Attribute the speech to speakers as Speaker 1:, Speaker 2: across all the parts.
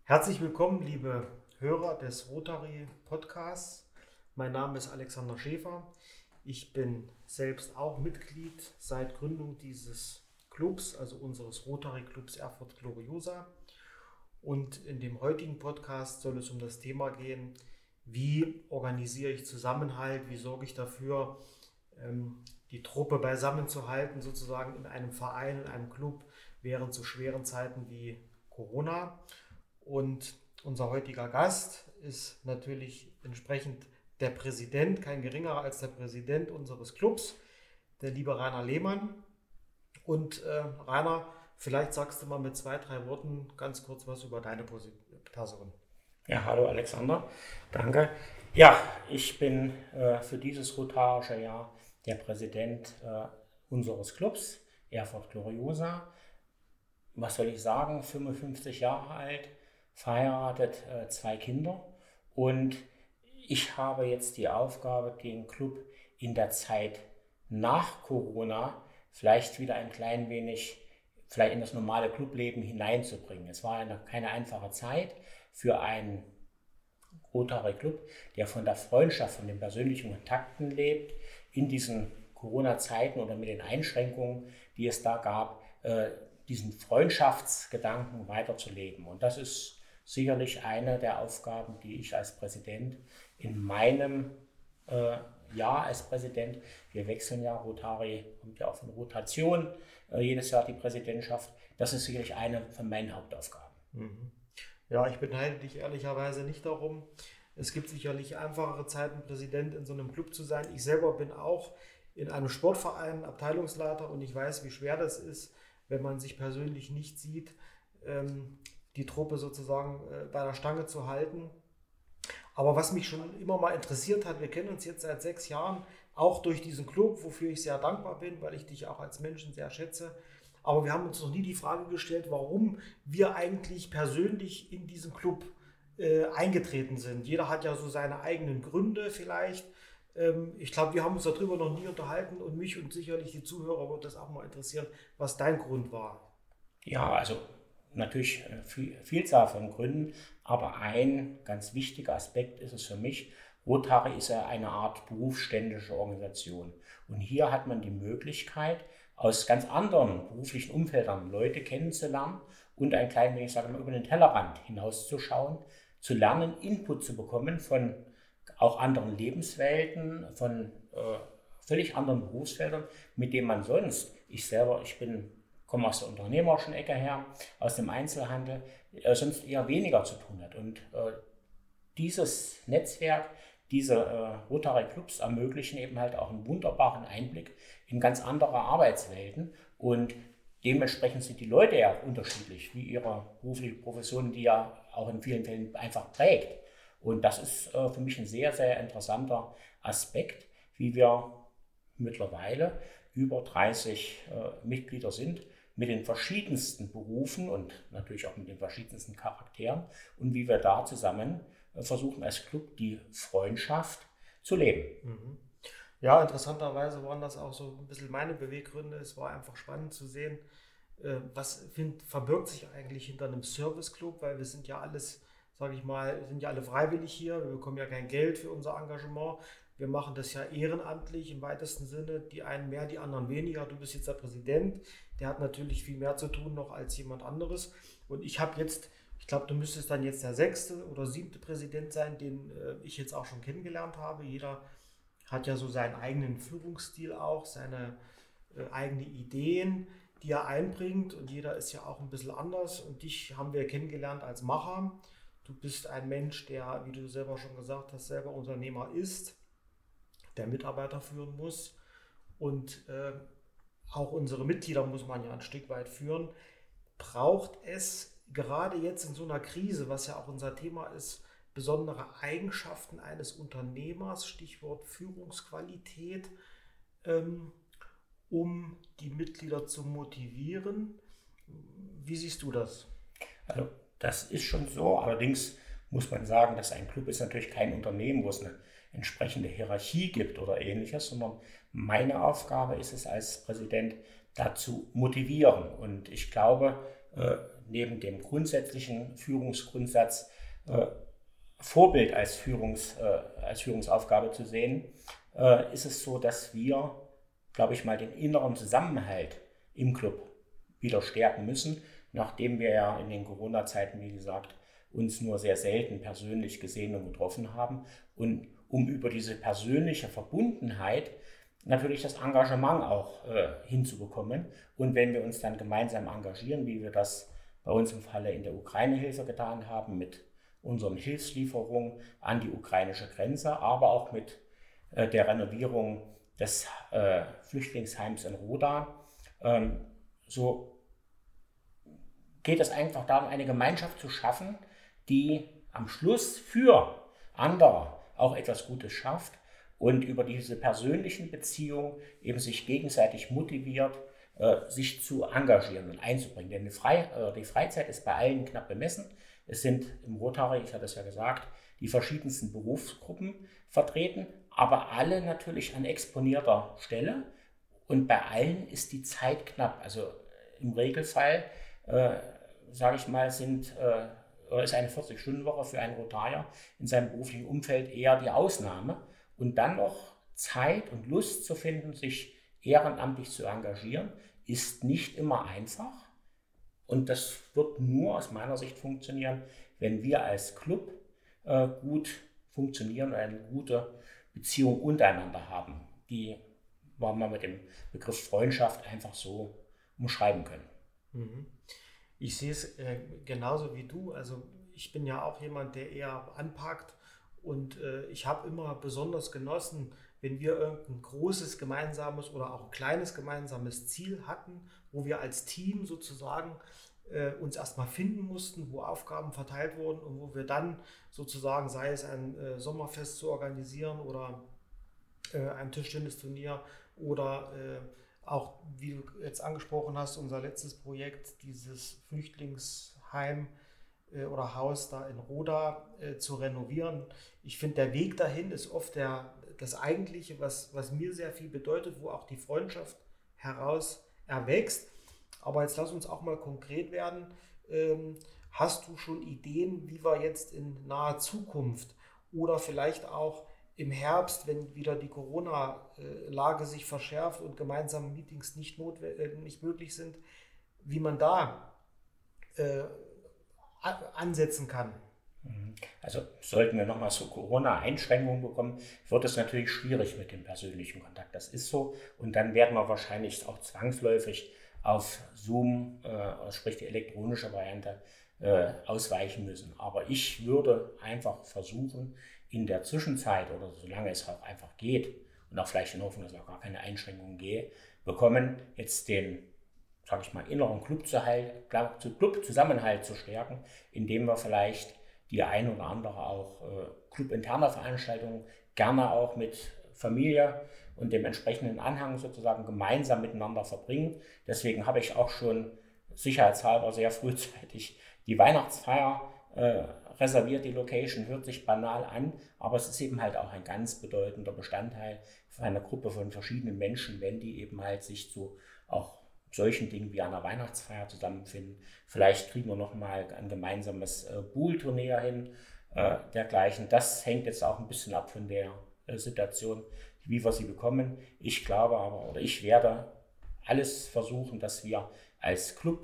Speaker 1: Herzlich willkommen, liebe Hörer des Rotary Podcasts. Mein Name ist Alexander Schäfer. Ich bin selbst auch Mitglied seit Gründung dieses Clubs, also unseres Rotary Clubs Erfurt Gloriosa. Und in dem heutigen Podcast soll es um das Thema gehen, wie organisiere ich Zusammenhalt, wie sorge ich dafür, die Truppe beisammen zu halten, sozusagen in einem Verein, in einem Club, während so schweren Zeiten wie Corona. Und unser heutiger Gast ist natürlich entsprechend der Präsident, kein geringerer als der Präsident unseres Clubs, der liebe Rainer Lehmann. Und Rainer, vielleicht sagst du mal mit 2-3 Worten ganz kurz was über deine Person.
Speaker 2: Ja, hallo Alexander, danke. Ja, ich bin für dieses rotarische Jahr der Präsident unseres Clubs, Erfurt Gloriosa. Was soll ich sagen, 55 Jahre alt, verheiratet, 2 Kinder, und ich habe jetzt die Aufgabe, den Club in der Zeit nach Corona vielleicht wieder ein klein wenig vielleicht in das normale Clubleben hineinzubringen. Es war keine einfache Zeit für einen Rotary Club, der von der Freundschaft, von den persönlichen Kontakten lebt, in diesen Corona-Zeiten oder mit den Einschränkungen, die es da gab, diesen Freundschaftsgedanken weiterzuleben. Und das ist sicherlich eine der Aufgaben, die ich als Präsident in meinem Jahr als Präsident, wir wechseln ja, Rotary kommt ja auch von Rotation, jedes Jahr die Präsidentschaft, das ist sicherlich eine von meinen Hauptaufgaben.
Speaker 1: Ja, ich beneide dich ehrlicherweise nicht darum. Es gibt sicherlich einfachere Zeiten, Präsident in so einem Club zu sein. Ich selber bin auch in einem Sportverein Abteilungsleiter und ich weiß, wie schwer das ist, wenn man sich persönlich nicht sieht, die Truppe sozusagen bei der Stange zu halten. Aber was mich schon immer mal interessiert hat, wir kennen uns jetzt seit 6 Jahren, auch durch diesen Club, wofür ich sehr dankbar bin, weil ich dich auch als Menschen sehr schätze. Aber wir haben uns noch nie die Frage gestellt, warum wir eigentlich persönlich in diesen Club eingetreten sind. Jeder hat ja so seine eigenen Gründe vielleicht. Ich glaube, wir haben uns darüber noch nie unterhalten und mich und sicherlich die Zuhörer wird das auch mal interessieren, was dein Grund war.
Speaker 2: Ja, also natürlich Vielzahl von Gründen, aber ein ganz wichtiger Aspekt ist es für mich, Rotary ist ja eine Art berufsständische Organisation. Und hier hat man die Möglichkeit, aus ganz anderen beruflichen Umfeldern Leute kennenzulernen und ein klein wenig, sagen wir mal, über den Tellerrand hinauszuschauen, zu lernen, Input zu bekommen von auch anderen Lebenswelten, von völlig anderen Berufsfeldern, mit denen man sonst, ich komme aus der unternehmerischen Ecke her, aus dem Einzelhandel, sonst eher weniger zu tun hat. Und dieses Netzwerk, diese Rotary Clubs ermöglichen eben halt auch einen wunderbaren Einblick in ganz andere Arbeitswelten. Und dementsprechend sind die Leute ja auch unterschiedlich, wie ihre berufliche Profession, die ja auch in vielen Fällen einfach prägt. Und das ist für mich ein sehr, sehr interessanter Aspekt, wie wir mittlerweile über 30 Mitglieder sind, mit den verschiedensten Berufen und natürlich auch mit den verschiedensten Charakteren und wie wir da zusammen versuchen als Club die Freundschaft zu leben.
Speaker 1: Ja, interessanterweise waren das auch so ein bisschen meine Beweggründe. Es war einfach spannend zu sehen, was verbirgt sich eigentlich hinter einem Service-Club, weil wir sind ja alles, sage ich mal, sind ja alle freiwillig hier. Wir bekommen ja kein Geld für unser Engagement. Wir machen das ja ehrenamtlich im weitesten Sinne. Die einen mehr, die anderen weniger. Du bist jetzt der Präsident. Der hat natürlich viel mehr zu tun noch als jemand anderes. Und ich habe jetzt, ich glaube, du müsstest dann jetzt der 6. oder 7. Präsident sein, den ich jetzt auch schon kennengelernt habe. Jeder hat ja so seinen eigenen Führungsstil auch, seine eigenen Ideen, die er einbringt. Und jeder ist ja auch ein bisschen anders. Und dich haben wir kennengelernt als Macher. Du bist ein Mensch, der, wie du selber schon gesagt hast, selber Unternehmer ist, der Mitarbeiter führen muss. Und auch unsere Mitglieder muss man ja ein Stück weit führen. Braucht es gerade jetzt in so einer Krise, was ja auch unser Thema ist, besondere Eigenschaften eines Unternehmers, Stichwort Führungsqualität, um die Mitglieder zu motivieren? Wie siehst du das?
Speaker 2: Also das ist schon so, allerdings muss man sagen, dass ein Club ist natürlich kein Unternehmen, wo es eine entsprechende Hierarchie gibt oder ähnliches, sondern meine Aufgabe ist es als Präsident, dazu motivieren. Und ich glaube, neben dem grundsätzlichen Führungsgrundsatz Vorbild als Führungsaufgabe zu sehen, ist es so, dass wir, glaube ich mal, den inneren Zusammenhalt im Club wieder stärken müssen, nachdem wir ja in den Corona-Zeiten, wie gesagt, uns nur sehr selten persönlich gesehen und getroffen haben. Und um über diese persönliche Verbundenheit natürlich das Engagement auch hinzubekommen. Und wenn wir uns dann gemeinsam engagieren, wie wir das bei uns im Falle in der Ukraine-Hilfe getan haben, mit unseren Hilfslieferungen an die ukrainische Grenze, aber auch mit der Renovierung des Flüchtlingsheims in Roda, so geht es einfach darum, eine Gemeinschaft zu schaffen, die am Schluss für andere auch etwas Gutes schafft und über diese persönlichen Beziehungen eben sich gegenseitig motiviert, sich zu engagieren und einzubringen. Denn die Freizeit ist bei allen knapp bemessen. Es sind im Rotary, ich hatte es ja gesagt, die verschiedensten Berufsgruppen vertreten, aber alle natürlich an exponierter Stelle. Und bei allen ist die Zeit knapp. Also im Regelfall, sage ich mal, ist eine 40-Stunden-Woche für einen Rotarier in seinem beruflichen Umfeld eher die Ausnahme. Und dann noch Zeit und Lust zu finden, sich ehrenamtlich zu engagieren, ist nicht immer einfach. Und das wird nur aus meiner Sicht funktionieren, wenn wir als Club gut funktionieren und eine gute Beziehung untereinander haben, die wir mal mit dem Begriff Freundschaft einfach so umschreiben können.
Speaker 1: Ich sehe es genauso wie du. Also ich bin ja auch jemand, der eher anpackt und ich habe immer besonders genossen, wenn wir irgendein großes gemeinsames oder auch kleines gemeinsames Ziel hatten, wo wir als Team sozusagen uns erstmal finden mussten, wo Aufgaben verteilt wurden und wo wir dann sozusagen, sei es ein Sommerfest zu organisieren oder ein Tischtennisturnier oder auch, wie du jetzt angesprochen hast, unser letztes Projekt, dieses Flüchtlingsheim oder Haus da in Roda zu renovieren. Ich finde, der Weg dahin ist oft das Eigentliche, was mir sehr viel bedeutet, wo auch die Freundschaft heraus erwächst. Aber jetzt lass uns auch mal konkret werden. Hast du schon Ideen, wie wir jetzt in naher Zukunft oder vielleicht auch im Herbst, wenn wieder die Corona-Lage sich verschärft und gemeinsame Meetings nicht möglich sind, wie man da ansetzen kann?
Speaker 2: Also sollten wir nochmal so Corona-Einschränkungen bekommen, wird es natürlich schwierig mit dem persönlichen Kontakt. Das ist so. Und dann werden wir wahrscheinlich auch zwangsläufig auf Zoom, sprich die elektronische Variante, ausweichen müssen. Aber ich würde einfach versuchen, in der Zwischenzeit oder solange es auch einfach geht und auch vielleicht in Hoffnung, dass auch gar keine Einschränkungen bekommen, jetzt den, sage ich mal, inneren Clubzusammenhalt zu stärken, indem wir vielleicht die ein oder andere auch clubinterne Veranstaltungen gerne auch mit Familie und dem entsprechenden Anhang sozusagen gemeinsam miteinander verbringen. Deswegen habe ich auch schon sicherheitshalber sehr frühzeitig die Weihnachtsfeier reserviert. Die Location hört sich banal an, aber es ist eben halt auch ein ganz bedeutender Bestandteil für eine Gruppe von verschiedenen Menschen, wenn die eben halt sich zu auch solchen Dingen wie einer Weihnachtsfeier zusammenfinden. Vielleicht kriegen wir nochmal ein gemeinsames Pool-Turnier hin, dergleichen. Das hängt jetzt auch ein bisschen ab von der Situation, wie wir sie bekommen. Ich glaube aber, oder ich werde alles versuchen, dass wir als Club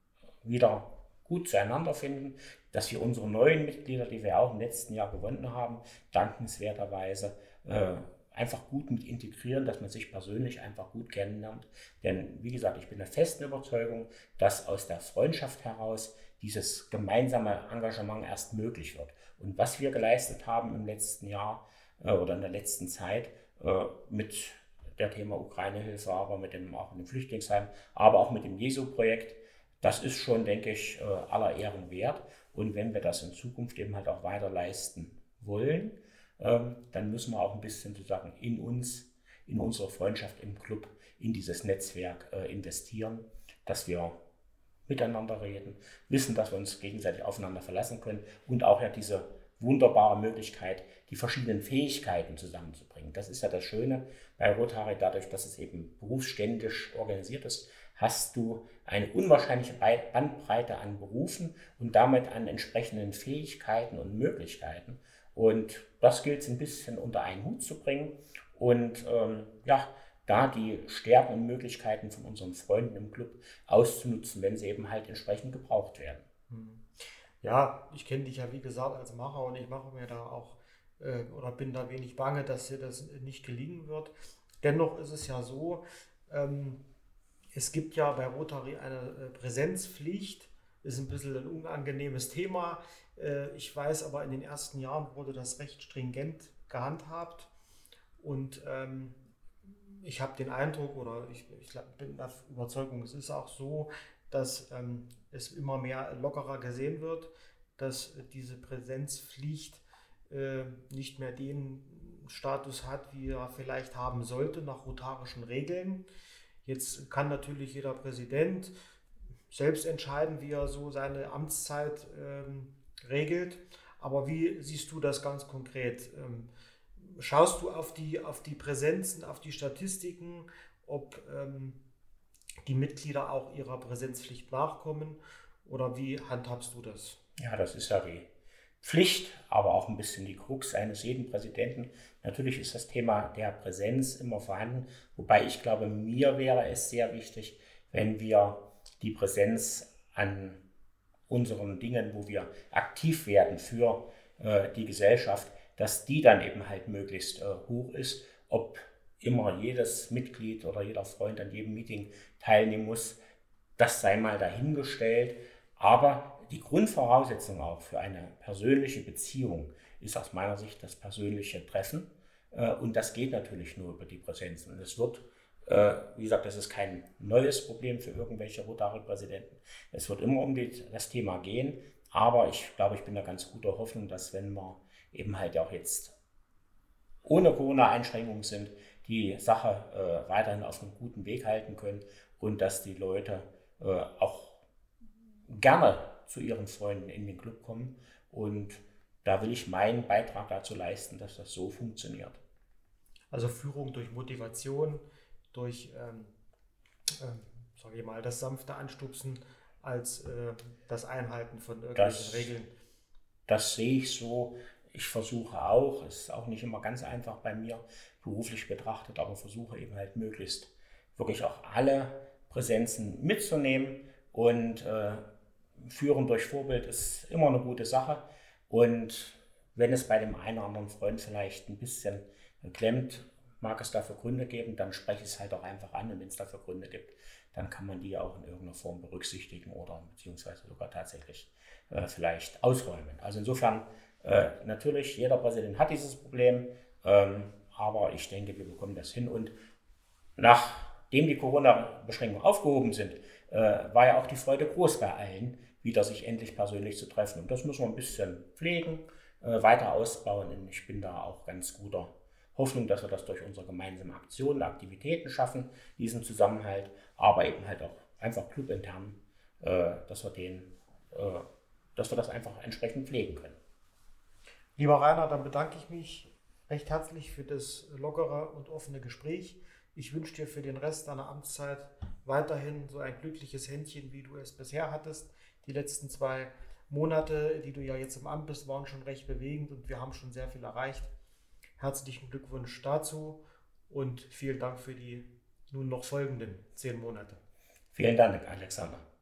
Speaker 2: wieder gut zueinander finden, dass wir unsere neuen Mitglieder, die wir auch im letzten Jahr gewonnen haben, dankenswerterweise einfach gut mit integrieren, dass man sich persönlich einfach gut kennenlernt. Denn wie gesagt, ich bin der festen Überzeugung, dass aus der Freundschaft heraus dieses gemeinsame Engagement erst möglich wird. Und was wir geleistet haben im letzten Jahr oder in der letzten Zeit mit der Thema Ukraine-Hilfe, aber auch mit dem Flüchtlingsheim, aber auch mit dem Jesu-Projekt, das ist schon, denke ich, aller Ehren wert. Und wenn wir das in Zukunft eben halt auch weiter leisten wollen, dann müssen wir auch ein bisschen sozusagen in uns, in unsere Freundschaft im Club, in dieses Netzwerk investieren, dass wir miteinander reden, wissen, dass wir uns gegenseitig aufeinander verlassen können und auch ja diese wunderbare Möglichkeit, die verschiedenen Fähigkeiten zusammenzubringen. Das ist ja das Schöne bei Rotary, dadurch, dass es eben berufsständisch organisiert ist, hast du eine unwahrscheinliche Bandbreite an Berufen und damit an entsprechenden Fähigkeiten und Möglichkeiten. Und das gilt es ein bisschen unter einen Hut zu bringen und da die Stärken und Möglichkeiten von unseren Freunden im Club auszunutzen, wenn sie eben halt entsprechend gebraucht werden.
Speaker 1: Ja, ich kenne dich ja wie gesagt als Macher und ich mache mir da auch oder bin da wenig bange, dass dir das nicht gelingen wird. Dennoch ist es ja so, es gibt ja bei Rotary eine Präsenzpflicht, ist ein bisschen ein unangenehmes Thema. Ich weiß aber, in den ersten Jahren wurde das recht stringent gehandhabt und ich habe den Eindruck oder ich bin der Überzeugung, es ist auch so, dass es immer mehr lockerer gesehen wird, dass diese Präsenzpflicht nicht mehr den Status hat, wie er vielleicht haben sollte nach rotarischen Regeln. Jetzt kann natürlich jeder Präsident selbst entscheiden, wie er so seine Amtszeit regelt. Aber wie siehst du das ganz konkret? Schaust du auf die Präsenzen, auf die Statistiken, ob die Mitglieder auch ihrer Präsenzpflicht nachkommen oder wie handhabst du das?
Speaker 2: Ja, das ist ja die Pflicht, aber auch ein bisschen die Krux eines jeden Präsidenten. Natürlich ist das Thema der Präsenz immer vorhanden, wobei ich glaube, mir wäre es sehr wichtig, wenn wir die Präsenz an unseren Dingen, wo wir aktiv werden für die Gesellschaft, dass die dann eben halt möglichst hoch ist. Ob immer jedes Mitglied oder jeder Freund an jedem Meeting teilnehmen muss, das sei mal dahingestellt. Aber die Grundvoraussetzung auch für eine persönliche Beziehung ist aus meiner Sicht das persönliche Treffen. Und das geht natürlich nur über die Präsenzen. Und es wird, wie gesagt, das ist kein neues Problem für irgendwelche Rotary-Präsidenten. Es wird immer um das Thema gehen. Aber ich glaube, ich bin da ganz guter Hoffnung, dass wenn wir eben halt auch jetzt ohne Corona-Einschränkungen sind, die Sache weiterhin auf einem guten Weg halten können und dass die Leute auch gerne zu ihren Freunden in den Club kommen. Und da will ich meinen Beitrag dazu leisten, dass das so funktioniert.
Speaker 1: Also Führung durch Motivation, durch sage ich mal, das sanfte Anstupsen als das Einhalten von irgendwelchen Regeln.
Speaker 2: Das sehe ich so. Ich versuche auch, es ist auch nicht immer ganz einfach bei mir beruflich betrachtet, aber versuche eben halt möglichst wirklich auch alle Präsenzen mitzunehmen und Führen durch Vorbild ist immer eine gute Sache. Und wenn es bei dem einen oder anderen Freund vielleicht ein bisschen klemmt, mag es dafür Gründe geben, dann spreche ich es halt auch einfach an. Und wenn es dafür Gründe gibt, dann kann man die auch in irgendeiner Form berücksichtigen oder beziehungsweise sogar tatsächlich vielleicht ausräumen. Also insofern natürlich, jeder Präsident hat dieses Problem, aber ich denke, wir bekommen das hin. Und nachdem die Corona-Beschränkungen aufgehoben sind, war ja auch die Freude groß bei allen, wieder sich endlich persönlich zu treffen. Und das müssen wir ein bisschen pflegen, weiter ausbauen. Und ich bin da auch ganz guter Hoffnung, dass wir das durch unsere gemeinsamen Aktionen, Aktivitäten schaffen, diesen Zusammenhalt, aber eben halt auch einfach clubintern, dass wir das einfach entsprechend pflegen können.
Speaker 1: Lieber Rainer, dann bedanke ich mich recht herzlich für das lockere und offene Gespräch. Ich wünsche dir für den Rest deiner Amtszeit weiterhin so ein glückliches Händchen, wie du es bisher hattest. Die letzten 2 Monate, die du ja jetzt im Amt bist, waren schon recht bewegend und wir haben schon sehr viel erreicht. Herzlichen Glückwunsch dazu und vielen Dank für die nun noch folgenden 10 Monate.
Speaker 2: Vielen Dank, Alexander.